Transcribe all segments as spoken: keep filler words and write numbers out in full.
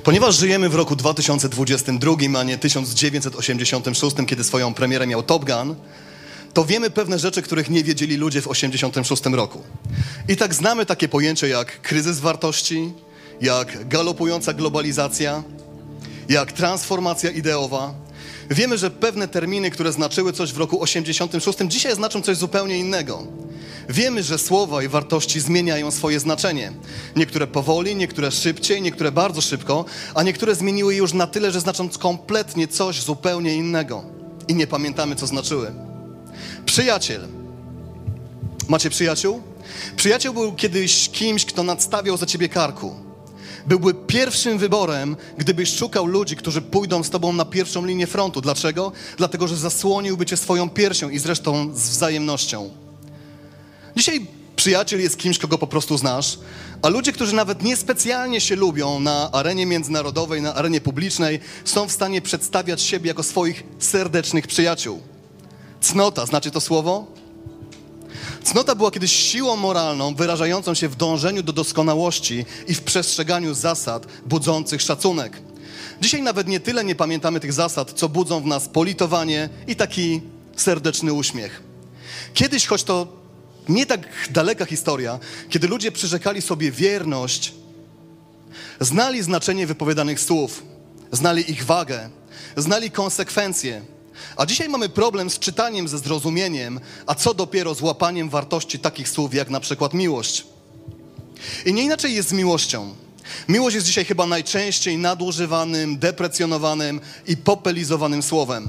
Ponieważ żyjemy w roku dwa tysiące dwudziestym drugim, a nie tysiąc dziewięćset osiemdziesiątym szóstym, kiedy swoją premierę miał Top Gun, to wiemy pewne rzeczy, których nie wiedzieli ludzie w osiemdziesiątym szóstym roku. I tak znamy takie pojęcia jak kryzys wartości, jak galopująca globalizacja, jak transformacja ideowa. Wiemy, że pewne terminy, które znaczyły coś w roku osiemdziesiątym szóstym, dzisiaj znaczą coś zupełnie innego. Wiemy, że słowa i wartości zmieniają swoje znaczenie. Niektóre powoli, niektóre szybciej, niektóre bardzo szybko, a niektóre zmieniły je już na tyle, że znaczą kompletnie coś zupełnie innego. I nie pamiętamy, co znaczyły. Przyjaciel. Macie przyjaciół? Przyjaciel był kiedyś kimś, kto nadstawiał za ciebie karku. Byłby pierwszym wyborem, gdybyś szukał ludzi, którzy pójdą z tobą na pierwszą linię frontu. Dlaczego? Dlatego, że zasłoniłby cię swoją piersią i zresztą z wzajemnością. Dzisiaj przyjaciel jest kimś, kogo po prostu znasz, a ludzie, którzy nawet niespecjalnie się lubią na arenie międzynarodowej, na arenie publicznej, są w stanie przedstawiać siebie jako swoich serdecznych przyjaciół. Cnota, znacie to słowo? Cnota była kiedyś siłą moralną wyrażającą się w dążeniu do doskonałości i w przestrzeganiu zasad budzących szacunek. Dzisiaj nawet nie tyle nie pamiętamy tych zasad, co budzą w nas politowanie i taki serdeczny uśmiech. Kiedyś, choć to nie tak daleka historia, kiedy ludzie przyrzekali sobie wierność, znali znaczenie wypowiadanych słów, znali ich wagę, znali konsekwencje. A dzisiaj mamy problem z czytaniem ze zrozumieniem, a co dopiero z łapaniem wartości takich słów jak na przykład miłość. I nie inaczej jest z miłością. Miłość jest dzisiaj chyba najczęściej nadużywanym, deprecjonowanym i popelizowanym słowem.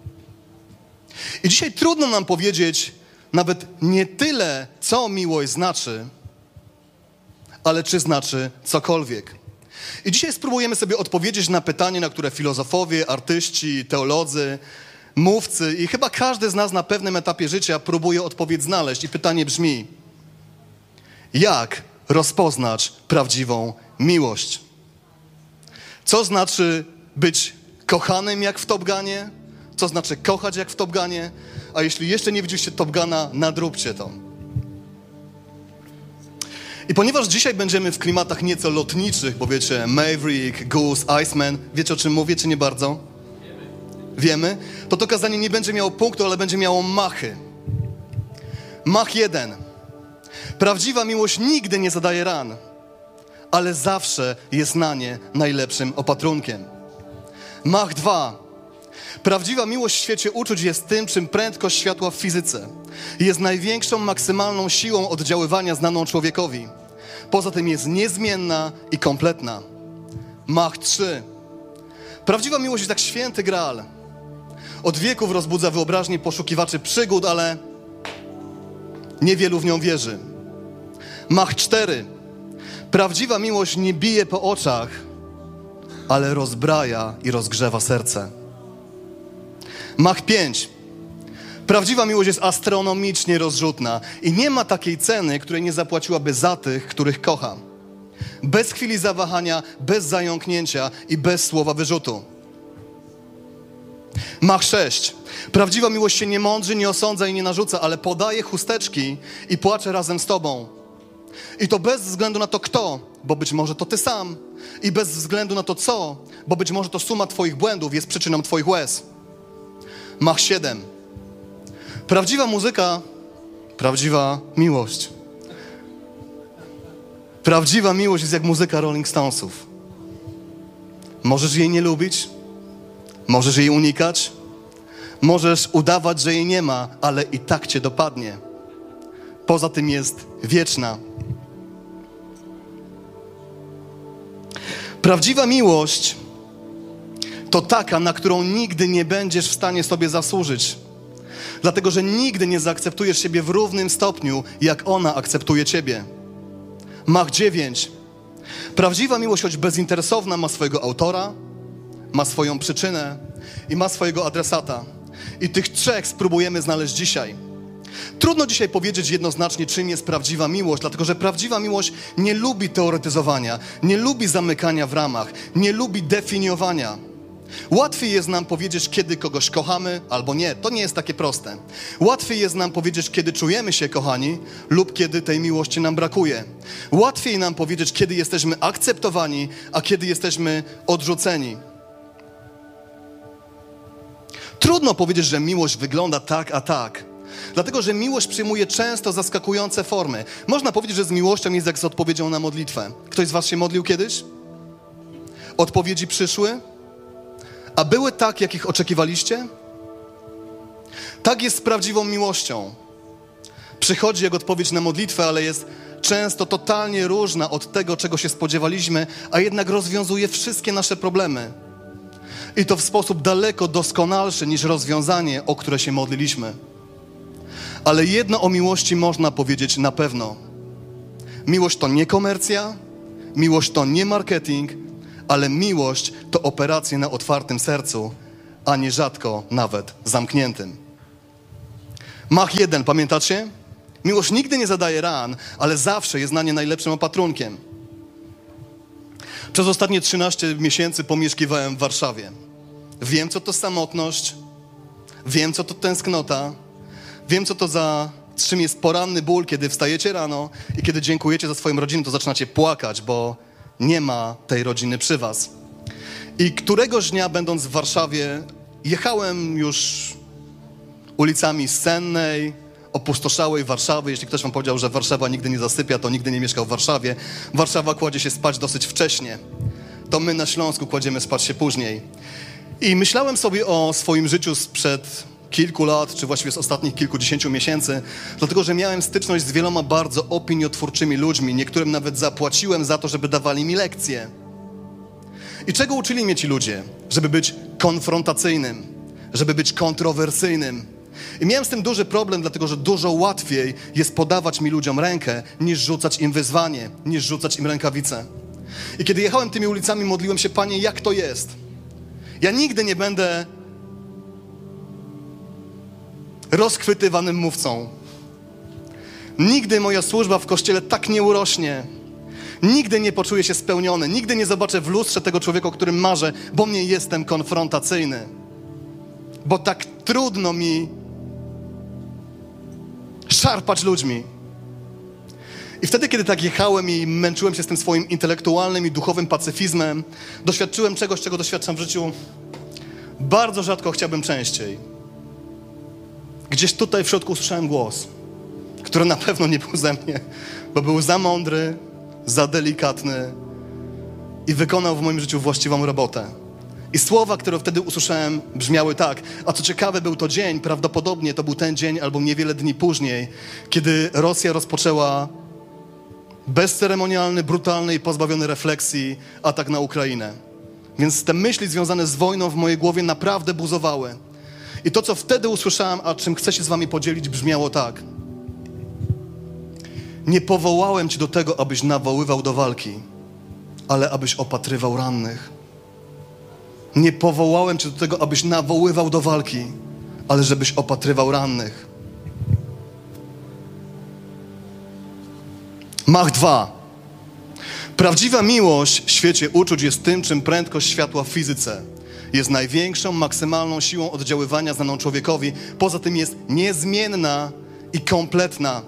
I dzisiaj trudno nam powiedzieć nawet nie tyle, co miłość znaczy, ale czy znaczy cokolwiek. I dzisiaj spróbujemy sobie odpowiedzieć na pytanie, na które filozofowie, artyści, teolodzy, mówcy i chyba każdy z nas na pewnym etapie życia próbuje odpowiedź znaleźć. I pytanie brzmi: jak rozpoznać prawdziwą miłość? Co znaczy być kochanym jak w Top Gunie? Co znaczy kochać jak w Top Gunie? A jeśli jeszcze nie widzieliście Top Guna, nadróbcie to. I ponieważ dzisiaj będziemy w klimatach nieco lotniczych, bo wiecie, Maverick, Goose, Iceman, wiecie o czym mówię, czy nie bardzo? Wiemy. Wiemy? To to kazanie nie będzie miało punktu, ale będzie miało machy. Mach jeden. Prawdziwa miłość nigdy nie zadaje ran, ale zawsze jest na nie najlepszym opatrunkiem. Mach dwa. Prawdziwa miłość w świecie uczuć jest tym, czym prędkość światła w fizyce. Jest największą maksymalną siłą oddziaływania znaną człowiekowi. Poza tym jest niezmienna i kompletna. Mach trzy. Prawdziwa miłość jest jak święty Graal. Od wieków rozbudza wyobraźnię poszukiwaczy przygód, ale niewielu w nią wierzy. Mach cztery. Prawdziwa miłość nie bije po oczach, ale rozbraja i rozgrzewa serce. Mach pięć. Prawdziwa miłość jest astronomicznie rozrzutna i nie ma takiej ceny, której nie zapłaciłaby za tych, których kocha. Bez chwili zawahania, bez zająknięcia i bez słowa wyrzutu. Mach sześć. Prawdziwa miłość się nie mądrzy, nie osądza i nie narzuca, ale podaje chusteczki i płacze razem z tobą. I to bez względu na to kto, bo być może to ty sam. I bez względu na to co, bo być może to suma twoich błędów jest przyczyną twoich łez. Mach siedem. Prawdziwa muzyka, prawdziwa miłość. Prawdziwa miłość jest jak muzyka Rolling Stonesów. Możesz jej nie lubić, możesz jej unikać, możesz udawać, że jej nie ma, ale i tak cię dopadnie. Poza tym jest wieczna. Prawdziwa miłość to taka, na którą nigdy nie będziesz w stanie sobie zasłużyć. Dlatego, że nigdy nie zaakceptujesz siebie w równym stopniu, jak ona akceptuje ciebie. Mach dziewięć. Prawdziwa miłość, choć bezinteresowna, ma swojego autora, ma swoją przyczynę i ma swojego adresata. I tych trzech spróbujemy znaleźć dzisiaj. Trudno dzisiaj powiedzieć jednoznacznie, czym jest prawdziwa miłość, dlatego że prawdziwa miłość nie lubi teoretyzowania, nie lubi zamykania w ramach, nie lubi definiowania. Łatwiej jest nam powiedzieć, kiedy kogoś kochamy, albo nie. To nie jest takie proste. Łatwiej jest nam powiedzieć, kiedy czujemy się kochani, lub kiedy tej miłości nam brakuje. Łatwiej nam powiedzieć, kiedy jesteśmy akceptowani, a kiedy jesteśmy odrzuceni. Trudno powiedzieć, że miłość wygląda tak, a tak. Dlatego, że miłość przyjmuje często zaskakujące formy. Można powiedzieć, że z miłością jest jak z odpowiedzią na modlitwę. Ktoś z was się modlił kiedyś? Odpowiedzi przyszły? A były tak, jakich oczekiwaliście? Tak jest z prawdziwą miłością. Przychodzi jak odpowiedź na modlitwę, ale jest często totalnie różna od tego, czego się spodziewaliśmy, a jednak rozwiązuje wszystkie nasze problemy. I to w sposób daleko doskonalszy niż rozwiązanie, o które się modliliśmy. Ale jedno o miłości można powiedzieć na pewno. Miłość to nie komercja, miłość to nie marketing, ale miłość to operacje na otwartym sercu, a nierzadko nawet zamkniętym. Mach jeden, pamiętacie? Miłość nigdy nie zadaje ran, ale zawsze jest na nie najlepszym opatrunkiem. Przez ostatnie trzynaście miesięcy pomieszkiwałem w Warszawie. Wiem, co to samotność, wiem, co to tęsknota, wiem, co to za, z czym jest poranny ból, kiedy wstajecie rano i kiedy dziękujecie za swoją rodzinę, to zaczynacie płakać, bo nie ma tej rodziny przy was. I któregoś dnia, będąc w Warszawie, jechałem już ulicami sennej, opustoszałej Warszawy. Jeśli ktoś wam powiedział, że Warszawa nigdy nie zasypia, to nigdy nie mieszkał w Warszawie. Warszawa kładzie się spać dosyć wcześnie. To my na Śląsku kładziemy spać się później. I myślałem sobie o swoim życiu sprzed kilku lat, czy właściwie z ostatnich kilkudziesięciu miesięcy, dlatego, że miałem styczność z wieloma bardzo opiniotwórczymi ludźmi. Niektórym nawet zapłaciłem za to, żeby dawali mi lekcje. I czego uczyli mnie ci ludzie? Żeby być konfrontacyjnym, żeby być kontrowersyjnym. I miałem z tym duży problem, dlatego, że dużo łatwiej jest podawać mi ludziom rękę, niż rzucać im wyzwanie, niż rzucać im rękawice. I kiedy jechałem tymi ulicami, modliłem się: Panie, jak to jest? Ja nigdy nie będę rozchwytywanym mówcą. Nigdy moja służba w Kościele tak nie urośnie. Nigdy nie poczuję się spełniony. Nigdy nie zobaczę w lustrze tego człowieka, o którym marzę, bo nie jestem konfrontacyjny. Bo tak trudno mi szarpać ludźmi. I wtedy, kiedy tak jechałem i męczyłem się z tym swoim intelektualnym i duchowym pacyfizmem, doświadczyłem czegoś, czego doświadczam w życiu bardzo rzadko, chciałbym częściej. Gdzieś tutaj w środku usłyszałem głos, który na pewno nie był ze mnie, bo był za mądry, za delikatny i wykonał w moim życiu właściwą robotę. I słowa, które wtedy usłyszałem, brzmiały tak. A co ciekawe, był to dzień, prawdopodobnie to był ten dzień albo niewiele dni później, kiedy Rosja rozpoczęła bezceremonialny, brutalny i pozbawiony refleksji atak na Ukrainę. Więc te myśli związane z wojną w mojej głowie naprawdę buzowały. I to, co wtedy usłyszałem, a czym chcę się z wami podzielić, brzmiało tak. Nie powołałem cię do tego, abyś nawoływał do walki, ale abyś opatrywał rannych. Nie powołałem cię do tego, abyś nawoływał do walki, ale żebyś opatrywał rannych. Mach dwa. Prawdziwa miłość w świecie uczuć jest tym, czym prędkość światła w fizyce. Jest największą, maksymalną siłą oddziaływania znaną człowiekowi. Poza tym jest niezmienna i kompletna.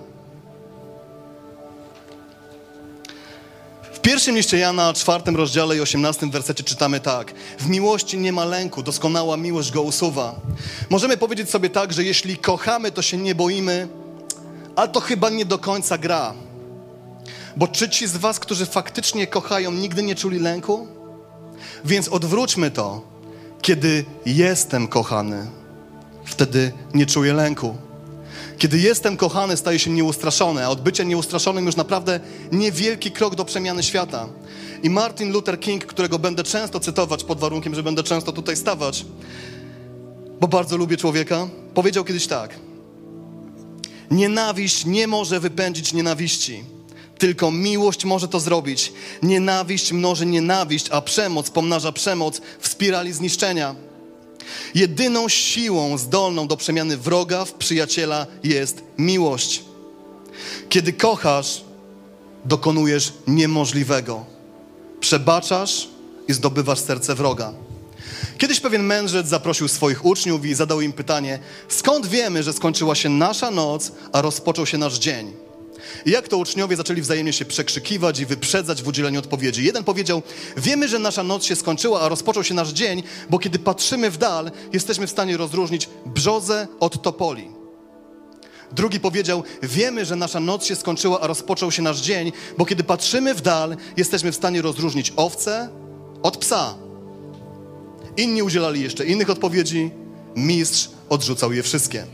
W pierwszym liście Jana, czwartym rozdziale i osiemnastym wersecie czytamy tak. W miłości nie ma lęku, doskonała miłość go usuwa. Możemy powiedzieć sobie tak, że jeśli kochamy, to się nie boimy, ale to chyba nie do końca gra. Bo czy ci z was, którzy faktycznie kochają, nigdy nie czuli lęku? Więc odwróćmy to. Kiedy jestem kochany, wtedy nie czuję lęku. Kiedy jestem kochany, staję się nieustraszony, a od bycia nieustraszonym już naprawdę niewielki krok do przemiany świata. I Martin Luther King, którego będę często cytować pod warunkiem, że będę często tutaj stawać, bo bardzo lubię człowieka, powiedział kiedyś tak. Nienawiść nie może wypędzić nienawiści. Tylko miłość może to zrobić. Nienawiść mnoży nienawiść, a przemoc pomnaża przemoc w spirali zniszczenia. Jedyną siłą zdolną do przemiany wroga w przyjaciela jest miłość. Kiedy kochasz, dokonujesz niemożliwego. Przebaczasz i zdobywasz serce wroga. Kiedyś pewien mędrzec zaprosił swoich uczniów i zadał im pytanie, skąd wiemy, że skończyła się nasza noc, a rozpoczął się nasz dzień? I jak to uczniowie zaczęli wzajemnie się przekrzykiwać i wyprzedzać w udzieleniu odpowiedzi. Jeden powiedział, wiemy, że nasza noc się skończyła, a rozpoczął się nasz dzień, bo kiedy patrzymy w dal, jesteśmy w stanie rozróżnić brzozę od topoli. Drugi powiedział, wiemy, że nasza noc się skończyła, a rozpoczął się nasz dzień, bo kiedy patrzymy w dal, jesteśmy w stanie rozróżnić owcę od psa. Inni udzielali jeszcze innych odpowiedzi, mistrz odrzucał je wszystkie.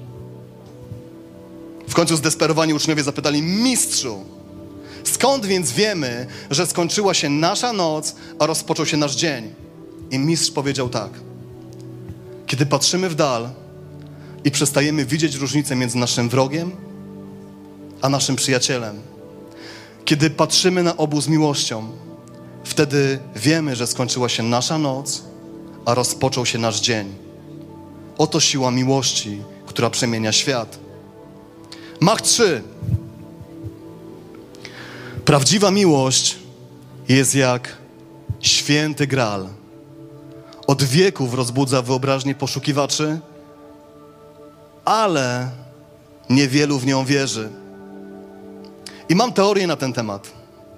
W końcu zdesperowani uczniowie zapytali, mistrzu, skąd więc wiemy, że skończyła się nasza noc, a rozpoczął się nasz dzień? I mistrz powiedział tak, kiedy patrzymy w dal i przestajemy widzieć różnicę między naszym wrogiem a naszym przyjacielem, kiedy patrzymy na obu z miłością, wtedy wiemy, że skończyła się nasza noc, a rozpoczął się nasz dzień. Oto siła miłości, która przemienia świat. Mach trzy. Prawdziwa miłość jest jak święty Graal. Od wieków rozbudza wyobraźnię poszukiwaczy, ale niewielu w nią wierzy. I mam teorię na ten temat.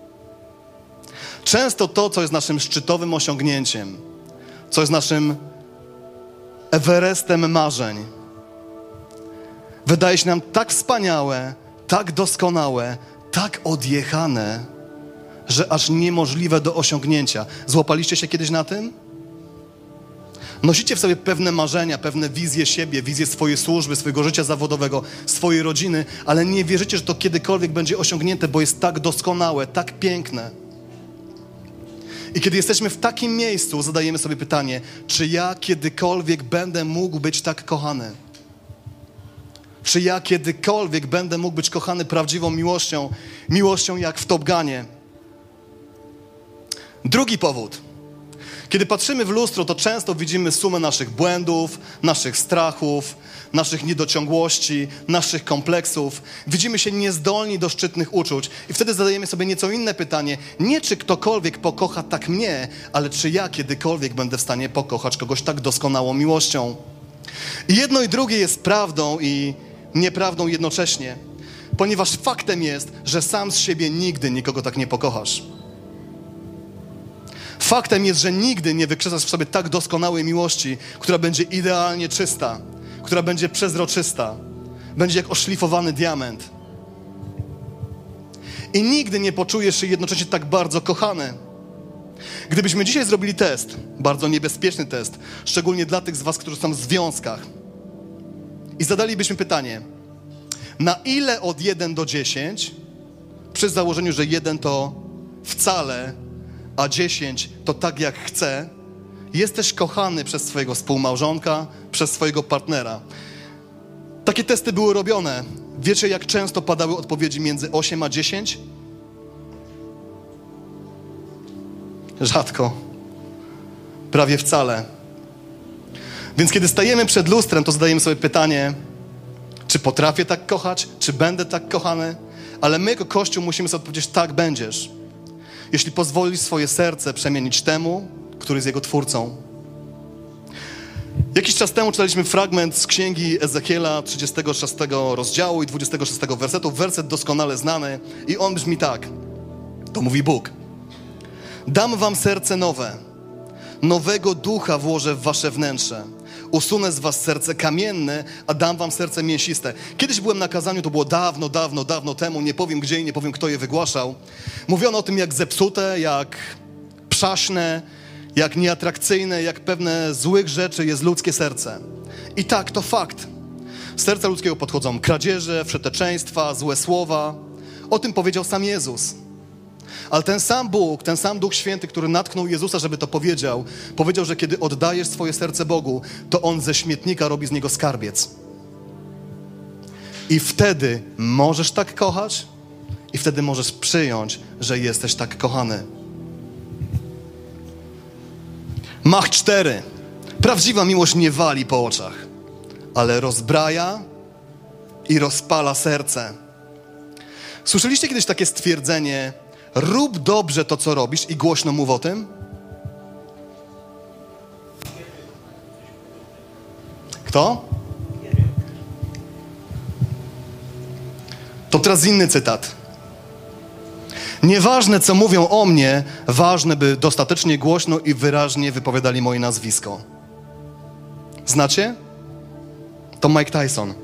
Często to, co jest naszym szczytowym osiągnięciem, co jest naszym Everestem marzeń, wydaje się nam tak wspaniałe, tak doskonałe, tak odjechane, że aż niemożliwe do osiągnięcia. Złapaliście się kiedyś na tym? Nosicie w sobie pewne marzenia, pewne wizje siebie, wizje swojej służby, swojego życia zawodowego, swojej rodziny, ale nie wierzycie, że to kiedykolwiek będzie osiągnięte, bo jest tak doskonałe, tak piękne. I kiedy jesteśmy w takim miejscu, zadajemy sobie pytanie, czy ja kiedykolwiek będę mógł być tak kochany? Czy ja kiedykolwiek będę mógł być kochany prawdziwą miłością, miłością jak w Top Gunie? Drugi powód. Kiedy patrzymy w lustro, to często widzimy sumę naszych błędów, naszych strachów, naszych niedociągłości, naszych kompleksów. Widzimy się niezdolni do szczytnych uczuć i wtedy zadajemy sobie nieco inne pytanie. Nie czy ktokolwiek pokocha tak mnie, ale czy ja kiedykolwiek będę w stanie pokochać kogoś tak doskonałą miłością. I jedno i drugie jest prawdą i nieprawdą jednocześnie, ponieważ faktem jest, że sam z siebie nigdy nikogo tak nie pokochasz. Faktem jest, że nigdy nie wykrzesasz w sobie tak doskonałej miłości, która będzie idealnie czysta, która będzie przezroczysta, będzie jak oszlifowany diament. I nigdy nie poczujesz się jednocześnie tak bardzo kochany. Gdybyśmy dzisiaj zrobili test, bardzo niebezpieczny test, szczególnie dla tych z was, którzy są w związkach, i zadalibyśmy pytanie, na ile od jeden do dziesięciu, przy założeniu, że jeden to wcale, a dziesięć to tak jak chce, jesteś kochany przez swojego współmałżonka, przez swojego partnera. Takie testy były robione. Wiecie, jak często padały odpowiedzi między osiem a dziesięć? Rzadko. Prawie wcale. Więc kiedy stajemy przed lustrem, to zadajemy sobie pytanie, czy potrafię tak kochać, czy będę tak kochany? Ale my jako Kościół musimy sobie odpowiedzieć, tak będziesz. Jeśli pozwolisz swoje serce przemienić temu, który jest jego twórcą. Jakiś czas temu czytaliśmy fragment z księgi Ezechiela, trzydziestego szóstego rozdziału i dwudziestego szóstego wersetu. Werset doskonale znany i on brzmi tak. To mówi Bóg. Dam wam serce nowe, nowego ducha włożę w wasze wnętrze. Usunę z was serce kamienne, a dam wam serce mięsiste. Kiedyś byłem na kazaniu, to było dawno, dawno, dawno temu, nie powiem gdzie i nie powiem kto je wygłaszał. Mówiono o tym, jak zepsute, jak przaśne, jak nieatrakcyjne, jak pewne złych rzeczy jest ludzkie serce. I tak, to fakt. Z serca ludzkiego podchodzą kradzieże, wszeteczeństwa, złe słowa. O tym powiedział sam Jezus. Ale ten sam Bóg, ten sam Duch Święty, który natknął Jezusa, żeby to powiedział, powiedział, że kiedy oddajesz swoje serce Bogu, to On ze śmietnika robi z niego skarbiec. I wtedy możesz tak kochać i wtedy możesz przyjąć, że jesteś tak kochany. Mach cztery. Prawdziwa miłość nie wali po oczach, ale rozbraja i rozpala serce. Słyszeliście kiedyś takie stwierdzenie: rób dobrze to, co robisz i głośno mów o tym? Kto? To teraz inny cytat. Nieważne, co mówią o mnie, ważne, by dostatecznie głośno i wyraźnie wypowiadali moje nazwisko. Znacie? To Mike Tyson.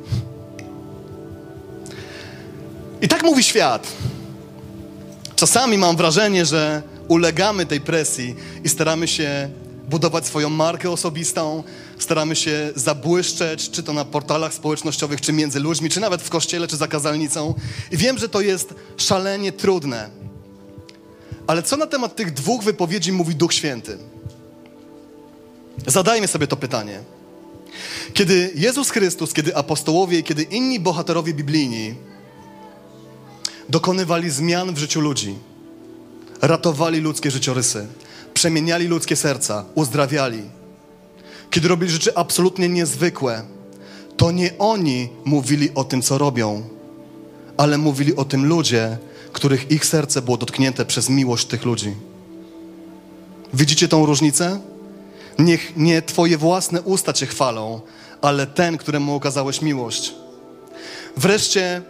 I tak mówi świat. Czasami mam wrażenie, że ulegamy tej presji i staramy się budować swoją markę osobistą, staramy się zabłyszczeć, czy to na portalach społecznościowych, czy między ludźmi, czy nawet w kościele, czy za kazalnicą. I wiem, że to jest szalenie trudne. Ale co na temat tych dwóch wypowiedzi mówi Duch Święty? Zadajmy sobie to pytanie. Kiedy Jezus Chrystus, kiedy apostołowie, kiedy inni bohaterowie biblijni dokonywali zmian w życiu ludzi, ratowali ludzkie życiorysy, przemieniali ludzkie serca, uzdrawiali, kiedy robili rzeczy absolutnie niezwykłe, to nie oni mówili o tym, co robią, ale mówili o tym ludzie, których ich serce było dotknięte przez miłość tych ludzi. Widzicie tą różnicę? Niech nie twoje własne usta cię chwalą, ale ten, któremu okazałeś miłość. Wreszcie,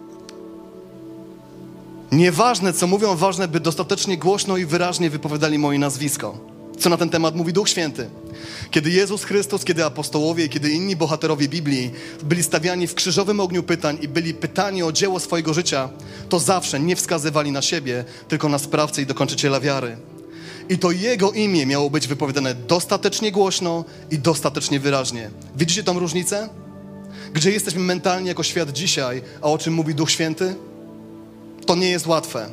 nieważne, co mówią, ważne, by dostatecznie głośno i wyraźnie wypowiadali moje nazwisko. Co na ten temat mówi Duch Święty? Kiedy Jezus Chrystus, kiedy apostołowie, kiedy inni bohaterowie Biblii byli stawiani w krzyżowym ogniu pytań i byli pytani o dzieło swojego życia, to zawsze nie wskazywali na siebie, tylko na sprawcę i dokończyciela wiary. I to Jego imię miało być wypowiadane dostatecznie głośno i dostatecznie wyraźnie. Widzicie tą różnicę? Gdzie jesteśmy mentalnie jako świat dzisiaj, a o czym mówi Duch Święty? To nie jest łatwe.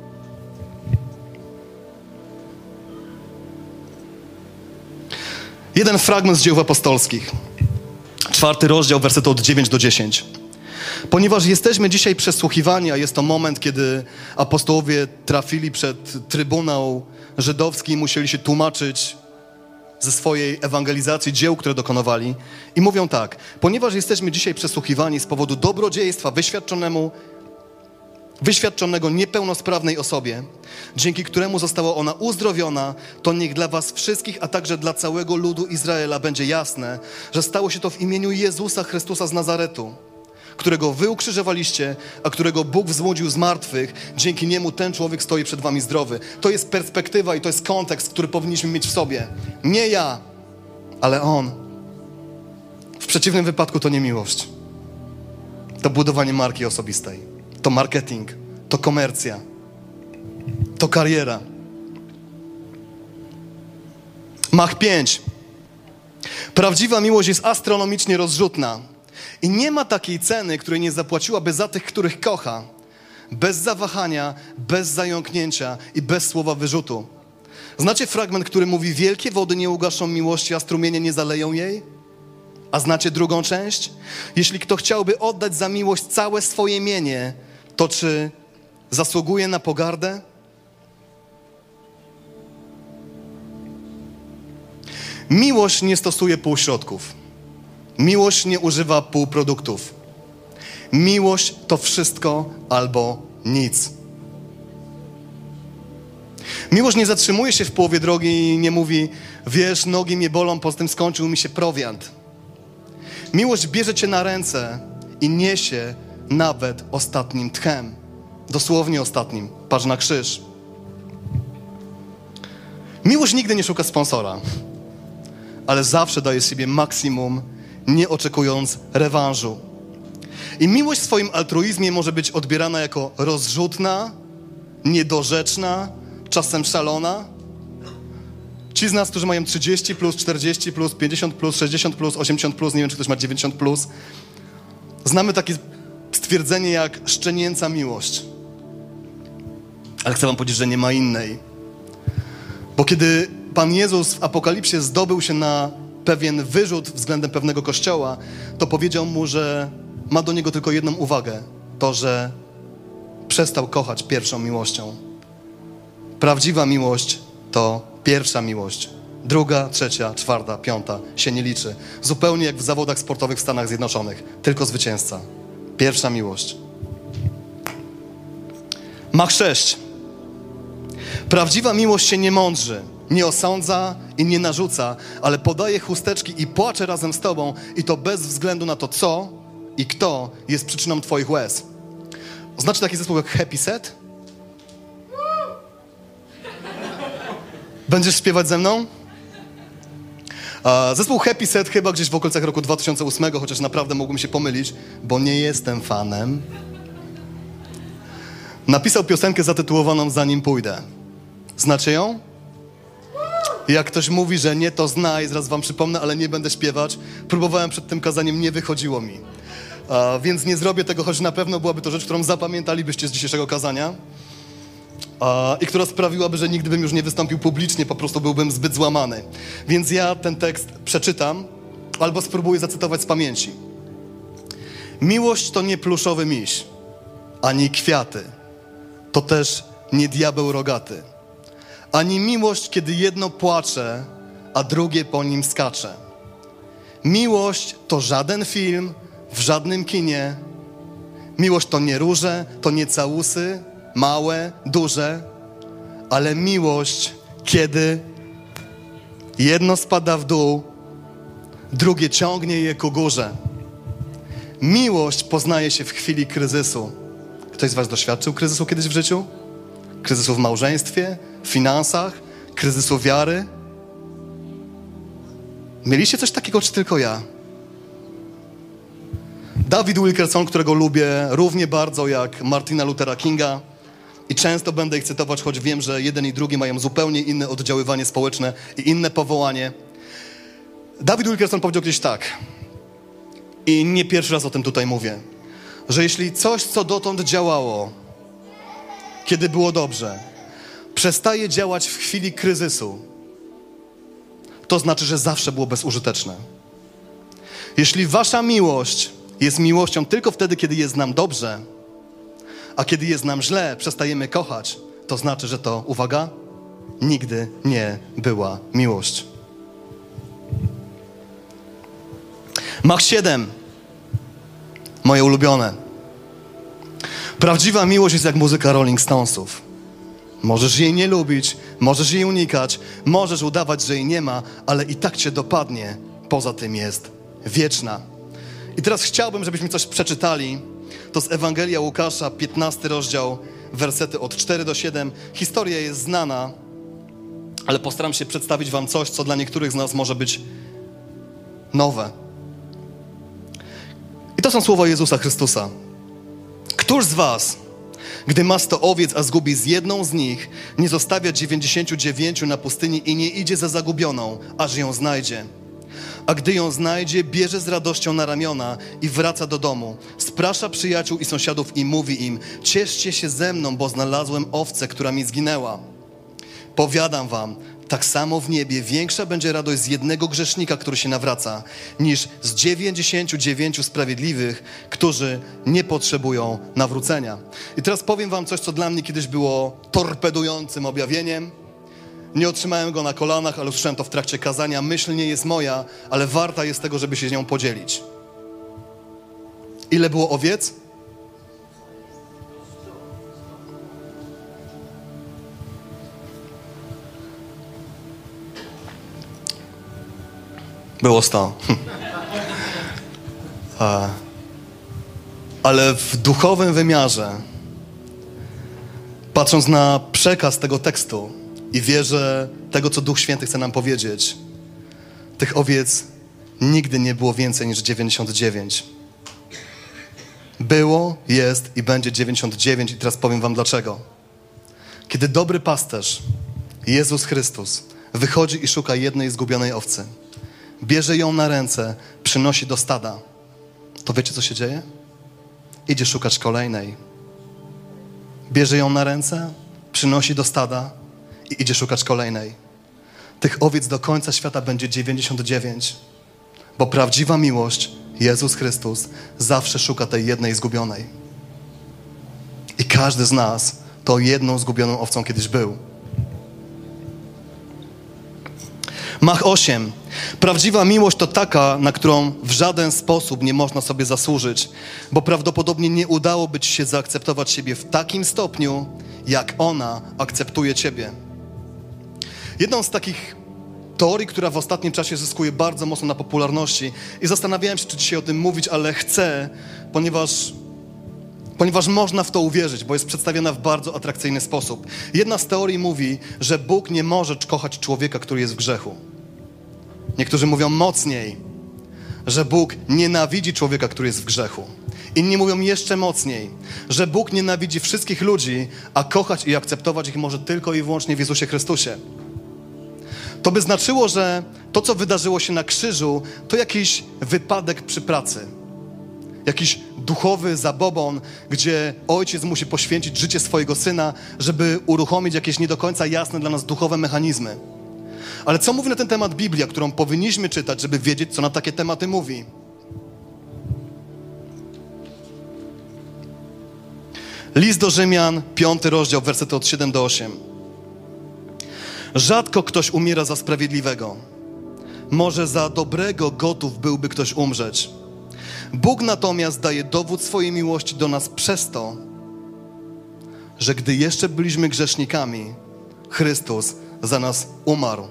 Jeden fragment z Dzieł Apostolskich. Czwarty rozdział, wersety od dziewiątego do dziesiątego. Ponieważ jesteśmy dzisiaj przesłuchiwani, a jest to moment, kiedy apostołowie trafili przed Trybunał Żydowski i musieli się tłumaczyć ze swojej ewangelizacji, dzieł, które dokonywali. I mówią tak: ponieważ jesteśmy dzisiaj przesłuchiwani z powodu dobrodziejstwa wyświadczonemu wyświadczonego niepełnosprawnej osobie, dzięki któremu została ona uzdrowiona, to niech dla was wszystkich, a także dla całego ludu Izraela będzie jasne, że stało się to w imieniu Jezusa Chrystusa z Nazaretu, którego wy ukrzyżowaliście, a którego Bóg wzbudził z martwych. Dzięki niemu ten człowiek stoi przed wami zdrowy. To jest perspektywa i to jest kontekst, który powinniśmy mieć w sobie. Nie ja, ale On. W przeciwnym wypadku to nie miłość. To budowanie marki osobistej. To marketing, to komercja, to kariera. Mach pięć. Prawdziwa miłość jest astronomicznie rozrzutna i nie ma takiej ceny, której nie zapłaciłaby za tych, których kocha. Bez zawahania, bez zająknięcia i bez słowa wyrzutu. Znacie fragment, który mówi: wielkie wody nie ugaszą miłości, a strumienie nie zaleją jej? A znacie drugą część? Jeśli kto chciałby oddać za miłość całe swoje mienie, to czy zasługuje na pogardę? Miłość nie stosuje półśrodków. Miłość nie używa półproduktów. Miłość to wszystko albo nic. Miłość nie zatrzymuje się w połowie drogi i nie mówi: wiesz, nogi mnie bolą, poza tym skończył mi się prowiant. Miłość bierze cię na ręce i niesie nawet ostatnim tchem. Dosłownie ostatnim. Patrz na krzyż. Miłość nigdy nie szuka sponsora, ale zawsze daje siebie maksimum, nie oczekując rewanżu. I miłość w swoim altruizmie może być odbierana jako rozrzutna, niedorzeczna, czasem szalona. Ci z nas, którzy mają trzydzieści plus, czterdzieści plus, pięćdziesiąt plus, sześćdziesiąt plus, osiemdziesiąt plus, nie wiem, czy ktoś ma dziewięćdziesiąt plus, znamy takie stwierdzenie jak szczenięca miłość. Ale chcę wam powiedzieć, że nie ma innej. Bo kiedy Pan Jezus w Apokalipsie zdobył się na pewien wyrzut względem pewnego kościoła, to powiedział mu, że ma do niego tylko jedną uwagę. To, że przestał kochać pierwszą miłością. Prawdziwa miłość to pierwsza miłość. Druga, trzecia, czwarta, piąta się nie liczy. Zupełnie jak w zawodach sportowych w Stanach Zjednoczonych. Tylko zwycięzca. Pierwsza miłość. Mach sześć. Prawdziwa miłość się nie mądrzy. nie osądza i nie narzuca, ale podaje chusteczki i płacze razem z tobą i to bez względu na to, co i kto jest przyczyną twoich łez. Znaczy taki zespół jak Happy Set? Będziesz śpiewać ze mną? Zespół Happy Set chyba gdzieś w okolicach roku dwa tysiące ósmego, chociaż naprawdę mógłbym się pomylić, bo nie jestem fanem. Napisał piosenkę zatytułowaną Zanim pójdę. Znacie ją? Jak ktoś mówi, że nie, to zna i zaraz wam przypomnę, ale nie będę śpiewać. Próbowałem przed tym kazaniem, nie wychodziło mi. A, więc nie zrobię tego, choć na pewno byłaby to rzecz, którą zapamiętalibyście z dzisiejszego kazania. A, I która sprawiłaby, że nigdy bym już nie wystąpił publicznie, po prostu byłbym zbyt złamany. Więc ja ten tekst przeczytam albo spróbuję zacytować z pamięci. Miłość to nie pluszowy miś, ani kwiaty. To też nie diabeł rogaty. Ani miłość, kiedy jedno płacze, a drugie po nim skacze. Miłość to żaden film w żadnym kinie. Miłość to nie róże, to nie całusy, małe, duże, ale miłość, kiedy jedno spada w dół, drugie ciągnie je ku górze. Miłość poznaje się w chwili kryzysu. Ktoś z was doświadczył kryzysu kiedyś w życiu? Kryzysu w małżeństwie, w finansach, kryzysu wiary? Mieliście coś takiego, czy tylko ja? David Wilkerson, którego lubię równie bardzo jak Martina Luthera Kinga i często będę ich cytować, choć wiem, że jeden i drugi mają zupełnie inne oddziaływanie społeczne i inne powołanie. David Wilkerson powiedział kiedyś tak, i nie pierwszy raz o tym tutaj mówię, że jeśli coś, co dotąd działało, kiedy było dobrze, przestaje działać w chwili kryzysu, to znaczy, że zawsze było bezużyteczne. Jeśli wasza miłość jest miłością tylko wtedy, kiedy jest nam dobrze, a kiedy jest nam źle, przestajemy kochać, to znaczy, że to, uwaga, nigdy nie była miłość. Mach siedem. Moje ulubione. Prawdziwa miłość jest jak muzyka Rolling Stonesów. Możesz jej nie lubić, możesz jej unikać, możesz udawać, że jej nie ma, ale i tak cię dopadnie. Poza tym jest wieczna. I teraz chciałbym, żebyśmy coś przeczytali. To z Ewangelia Łukasza, piętnasty rozdział, wersety od czterech do siódmego. Historia jest znana, ale postaram się przedstawić wam coś, co dla niektórych z nas może być nowe. I to są słowa Jezusa Chrystusa. Któż z was, gdy ma sto owiec, a zgubi z jedną z nich, nie zostawia dziewięćdziesięciu dziewięciu na pustyni i nie idzie za zagubioną, aż ją znajdzie? A gdy ją znajdzie, bierze z radością na ramiona i wraca do domu. Sprasza przyjaciół i sąsiadów i mówi im: cieszcie się ze mną, bo znalazłem owcę, która mi zginęła. Powiadam wam, tak samo w niebie większa będzie radość z jednego grzesznika, który się nawraca, niż z dziewięćdziesięciu dziewięciu sprawiedliwych, którzy nie potrzebują nawrócenia. I teraz powiem wam coś, co dla mnie kiedyś było torpedującym objawieniem. Nie otrzymałem go na kolanach, ale usłyszałem to w trakcie kazania. Myśl nie jest moja, ale warta jest tego, żeby się z nią podzielić. Ile było owiec? Było sto. Ale w duchowym wymiarze, patrząc na przekaz tego tekstu i wierzę tego, co Duch Święty chce nam powiedzieć, tych owiec nigdy nie było więcej niż dziewięćdziesiąt dziewięć. Było, jest i będzie dziewięćdziesiąt dziewięć i teraz powiem wam dlaczego. Kiedy dobry pasterz, Jezus Chrystus, wychodzi i szuka jednej zgubionej owcy, bierze ją na ręce, przynosi do stada, to wiecie, co się dzieje? Idzie szukać kolejnej. Bierze ją na ręce, przynosi do stada i idzie szukać kolejnej. Tych owiec do końca świata będzie dziewięćdziesiąt dziewięć, bo prawdziwa miłość, Jezus Chrystus, zawsze szuka tej jednej zgubionej. I każdy z nas tą jedną zgubioną owcą kiedyś był. Mach osiem. Prawdziwa miłość to taka, na którą w żaden sposób nie można sobie zasłużyć, bo prawdopodobnie nie udałoby ci się zaakceptować siebie w takim stopniu, jak ona akceptuje ciebie. Jedną z takich teorii, która w ostatnim czasie zyskuje bardzo mocno na popularności i zastanawiałem się, czy dzisiaj o tym mówić, ale chcę, ponieważ, ponieważ można w to uwierzyć, bo jest przedstawiona w bardzo atrakcyjny sposób. Jedna z teorii mówi, że Bóg nie może kochać człowieka, który jest w grzechu. Niektórzy mówią mocniej, że Bóg nienawidzi człowieka, który jest w grzechu. Inni mówią jeszcze mocniej, że Bóg nienawidzi wszystkich ludzi, a kochać i akceptować ich może tylko i wyłącznie w Jezusie Chrystusie. To by znaczyło, że to, co wydarzyło się na krzyżu, to jakiś wypadek przy pracy. Jakiś duchowy zabobon, gdzie ojciec musi poświęcić życie swojego syna, żeby uruchomić jakieś nie do końca jasne dla nas duchowe mechanizmy. Ale co mówi na ten temat Biblia, którą powinniśmy czytać, żeby wiedzieć, co na takie tematy mówi? List do Rzymian, piąty rozdział, wersety od siódmego do ósmego. Rzadko ktoś umiera za sprawiedliwego. Może za dobrego gotów byłby ktoś umrzeć. Bóg natomiast daje dowód swojej miłości do nas przez to, że gdy jeszcze byliśmy grzesznikami, Chrystus za nas umarł.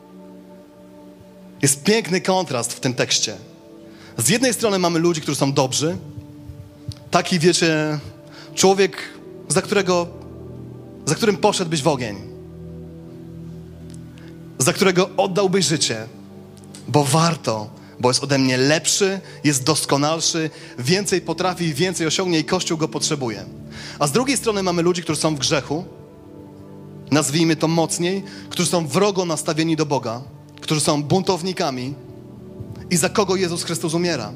Jest piękny kontrast w tym tekście. Z jednej strony mamy ludzi, którzy są dobrzy. Taki, wiecie, człowiek, za którego, za którym poszedłbyś w ogień. Za którego oddałbyś życie, bo warto, bo jest ode mnie lepszy, jest doskonalszy, więcej potrafi, więcej osiągnie i Kościół go potrzebuje. A z drugiej strony mamy ludzi, którzy są w grzechu, nazwijmy to mocniej, którzy są wrogo nastawieni do Boga, którzy są buntownikami i za kogo Jezus Chrystus umiera?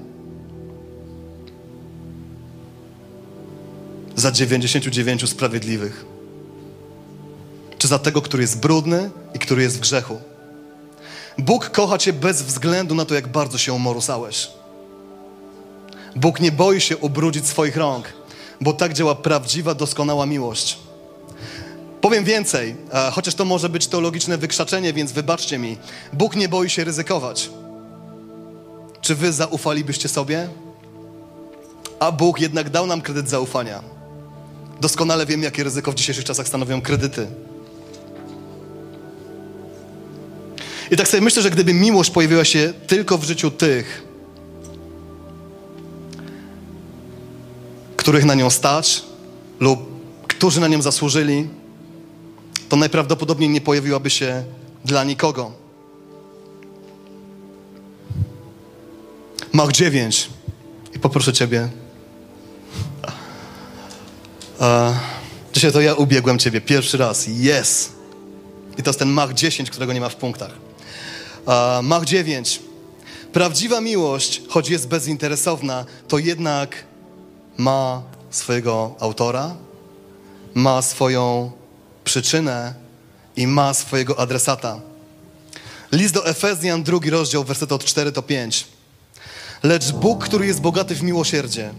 Za dziewięćdziesięciu dziewięciu sprawiedliwych. Czy za tego, który jest brudny i który jest w grzechu? Bóg kocha cię bez względu na to, jak bardzo się umorusałeś. Bóg nie boi się ubrudzić swoich rąk, bo tak działa prawdziwa, doskonała miłość. Powiem więcej, chociaż to może być teologiczne wykrzaczenie, więc wybaczcie mi. Bóg nie boi się ryzykować. Czy wy zaufalibyście sobie? A Bóg jednak dał nam kredyt zaufania. Doskonale wiem, jakie ryzyko w dzisiejszych czasach stanowią kredyty. I tak sobie myślę, że gdyby miłość pojawiła się tylko w życiu tych, których na nią stać lub którzy na nią zasłużyli, to najprawdopodobniej nie pojawiłaby się dla nikogo. Mach dziewięć. I poproszę ciebie. Uh, dzisiaj to ja ubiegłem ciebie pierwszy raz. Yes. I to jest ten Mach dziesięć, którego nie ma w punktach. Uh, Mach dziewięć. Prawdziwa miłość, choć jest bezinteresowna, to jednak ma swojego autora, ma swoją przyczynę i ma swojego adresata. List do Efezjan, drugi rozdział, wersety od czwartego do piątego. Lecz Bóg, który jest bogaty w miłosierdzie,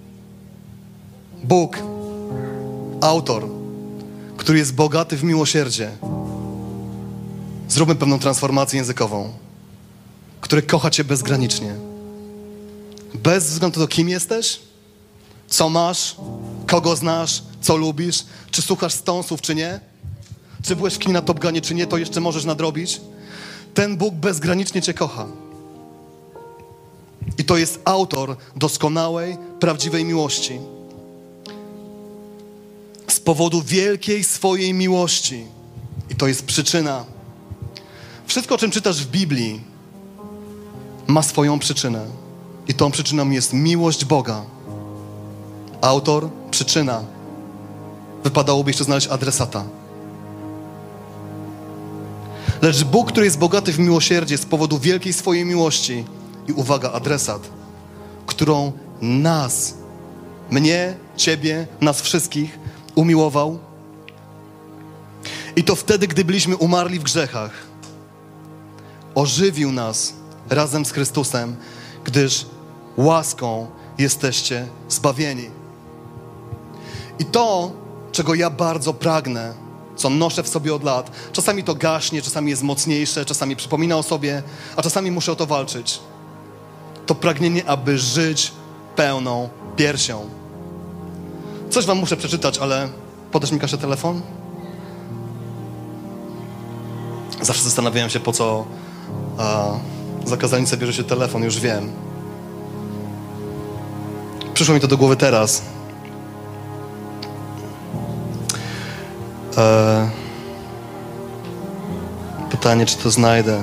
Bóg, autor, który jest bogaty w miłosierdzie, zróbmy pewną transformację językową, który kocha cię bezgranicznie. Bez względu na to, kim jesteś, co masz, kogo znasz, co lubisz, czy słuchasz stąsów, czy nie, czy byłeś w kinie na Top Gunie, czy nie, to jeszcze możesz nadrobić. Ten Bóg bezgranicznie cię kocha. I to jest autor doskonałej, prawdziwej miłości. Z powodu wielkiej swojej miłości. I to jest przyczyna. Wszystko, o czym czytasz w Biblii, ma swoją przyczynę. I tą przyczyną jest miłość Boga. Autor, przyczyna. Wypadałoby jeszcze znaleźć adresata. Lecz Bóg, który jest bogaty w miłosierdzie z powodu wielkiej swojej miłości, i uwaga, adresat, którą nas, mnie, ciebie, nas wszystkich umiłował. I to wtedy, gdy byliśmy umarli w grzechach, ożywił nas razem z Chrystusem, gdyż łaską jesteście zbawieni. I to, czego ja bardzo pragnę, co noszę w sobie od lat, czasami to gaśnie, czasami jest mocniejsze, czasami przypomina o sobie, a czasami muszę o to walczyć. To pragnienie, aby żyć pełną piersią. Coś wam muszę przeczytać, ale podasz mi Kasia telefon? Zawsze zastanawiałem się, po co a, za kazalnicę bierze się telefon, już wiem. Przyszło mi to do głowy teraz. E, pytanie, czy to znajdę.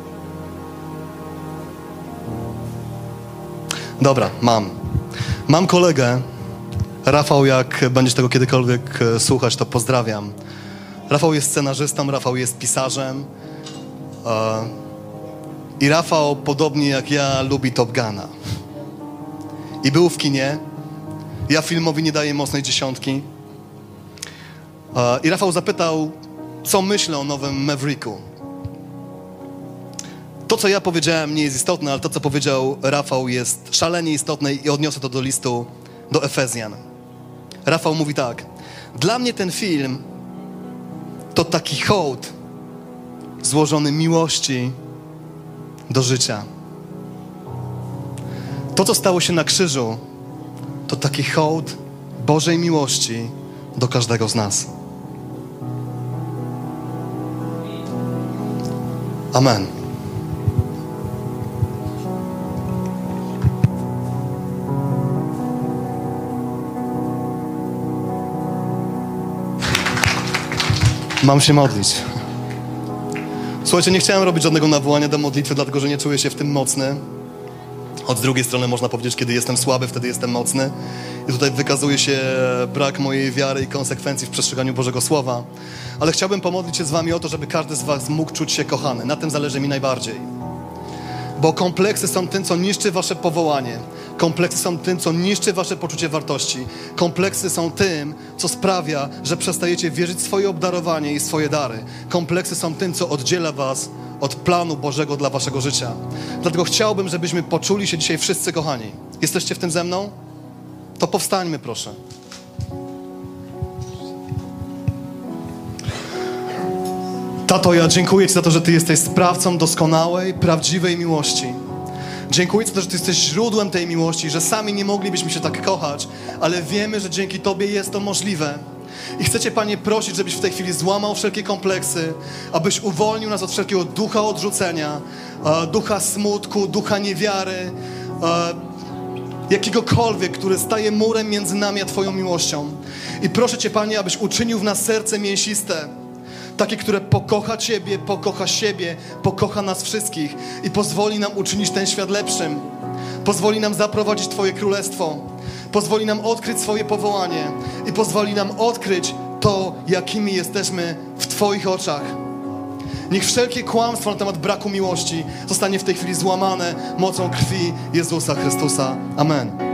Dobra, mam. Mam kolegę. Rafał, jak będziesz tego kiedykolwiek słuchać, to pozdrawiam. Rafał jest scenarzystą, Rafał jest pisarzem. E, I Rafał, podobnie jak ja, lubi Top Guna. I był w kinie. Ja filmowi nie daję mocnej dziesiątki. E, I Rafał zapytał, co myślę o nowym Mavericku. To, co ja powiedziałem, nie jest istotne, ale to, co powiedział Rafał, jest szalenie istotne i odniosę to do listu do Efezjan. Rafał mówi tak. Dla mnie ten film to taki hołd złożony miłości do życia. To, co stało się na krzyżu, to taki hołd Bożej miłości do każdego z nas. Amen. Mam się modlić. Słuchajcie, nie chciałem robić żadnego nawołania do modlitwy, dlatego że nie czuję się w tym mocny. Od drugiej strony można powiedzieć, kiedy jestem słaby, wtedy jestem mocny. I tutaj wykazuje się brak mojej wiary i konsekwencji w przestrzeganiu Bożego Słowa. Ale chciałbym pomodlić się z wami o to, żeby każdy z was mógł czuć się kochany. Na tym zależy mi najbardziej. Bo kompleksy są tym, co niszczy wasze powołanie. Kompleksy są tym, co niszczy wasze poczucie wartości. Kompleksy są tym, co sprawia, że przestajecie wierzyć w swoje obdarowanie i swoje dary. Kompleksy są tym, co oddziela was od planu Bożego dla waszego życia. Dlatego chciałbym, żebyśmy poczuli się dzisiaj wszyscy kochani. Jesteście w tym ze mną? To powstańmy, proszę. Tato, ja dziękuję Ci za to, że Ty jesteś sprawcą doskonałej, prawdziwej miłości. Dziękuję Ci za to, że Ty jesteś źródłem tej miłości, że sami nie moglibyśmy się tak kochać, ale wiemy, że dzięki Tobie jest to możliwe. I chcę Cię, Panie, prosić, żebyś w tej chwili złamał wszelkie kompleksy, abyś uwolnił nas od wszelkiego ducha odrzucenia, ducha smutku, ducha niewiary, jakiegokolwiek, który staje murem między nami a Twoją miłością. I proszę Cię, Panie, abyś uczynił w nas serce mięsiste, takie, które pokocha Ciebie, pokocha siebie, pokocha nas wszystkich i pozwoli nam uczynić ten świat lepszym. Pozwoli nam zaprowadzić Twoje królestwo. Pozwoli nam odkryć swoje powołanie i pozwoli nam odkryć to, jakimi jesteśmy w Twoich oczach. Niech wszelkie kłamstwo na temat braku miłości zostanie w tej chwili złamane mocą krwi Jezusa Chrystusa. Amen.